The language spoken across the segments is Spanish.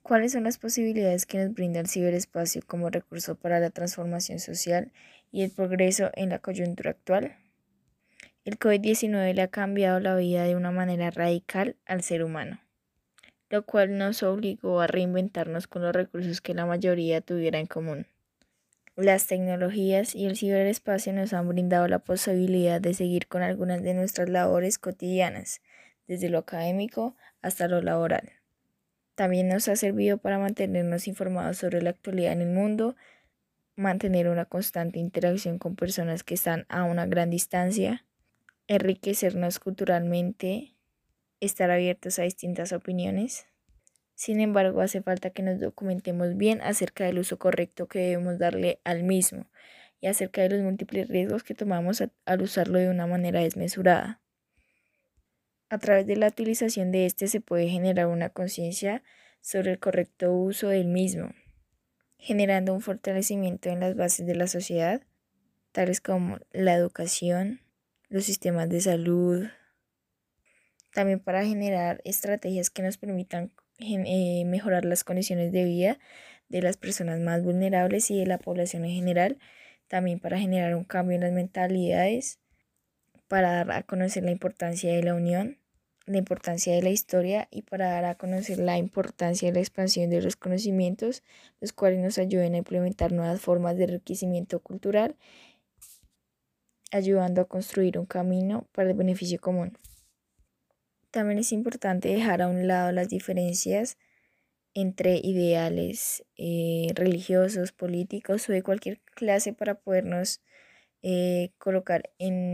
¿Cuáles son las posibilidades que nos brinda el ciberespacio como recurso para la transformación social y el progreso en la coyuntura actual? El COVID-19 le ha cambiado la vida de una manera radical al ser humano, lo cual nos obligó a reinventarnos con los recursos que la mayoría tuviera en común. Las tecnologías y el ciberespacio nos han brindado la posibilidad de seguir con algunas de nuestras labores cotidianas, desde lo académico hasta lo laboral. También nos ha servido para mantenernos informados sobre la actualidad en el mundo, mantener una constante interacción con personas que están a una gran distancia, enriquecernos culturalmente, estar abiertos a distintas opiniones. Sin embargo, hace falta que nos documentemos bien acerca del uso correcto que debemos darle al mismo y acerca de los múltiples riesgos que tomamos al usarlo de una manera desmesurada. A través de la utilización de este se puede generar una conciencia sobre el correcto uso del mismo, generando un fortalecimiento en las bases de la sociedad, tales como la educación, los sistemas de salud, también para generar estrategias que nos permitan mejorar las condiciones de vida de las personas más vulnerables y de la población en general, también para generar un cambio en las mentalidades, para dar a conocer la importancia de la unión, la importancia de la historia y para dar a conocer la importancia de la expansión de los conocimientos, los cuales nos ayuden a implementar nuevas formas de enriquecimiento cultural, ayudando a construir un camino para el beneficio común. También es importante dejar a un lado las diferencias entre ideales religiosos, políticos o de cualquier clase para podernos colocar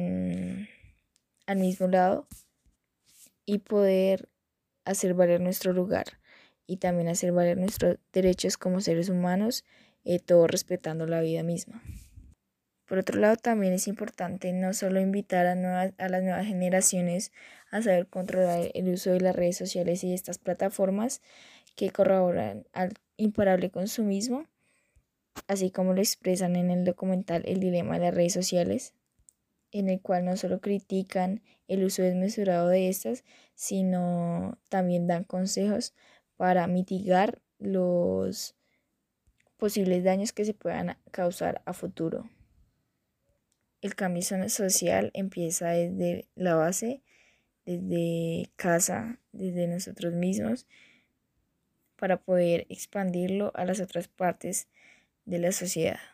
al mismo lado y poder hacer valer nuestro lugar y también hacer valer nuestros derechos como seres humanos, todo respetando la vida misma. Por otro lado, también es importante no solo invitar a las nuevas generaciones a saber controlar el uso de las redes sociales y estas plataformas que corroboran al imparable consumismo, así como lo expresan en el documental El dilema de las redes sociales, en el cual no solo critican el uso desmesurado de estas, sino también dan consejos para mitigar los posibles daños que se puedan causar a futuro. El cambio social empieza desde la base, desde casa, desde nosotros mismos, para poder expandirlo a las otras partes de la sociedad.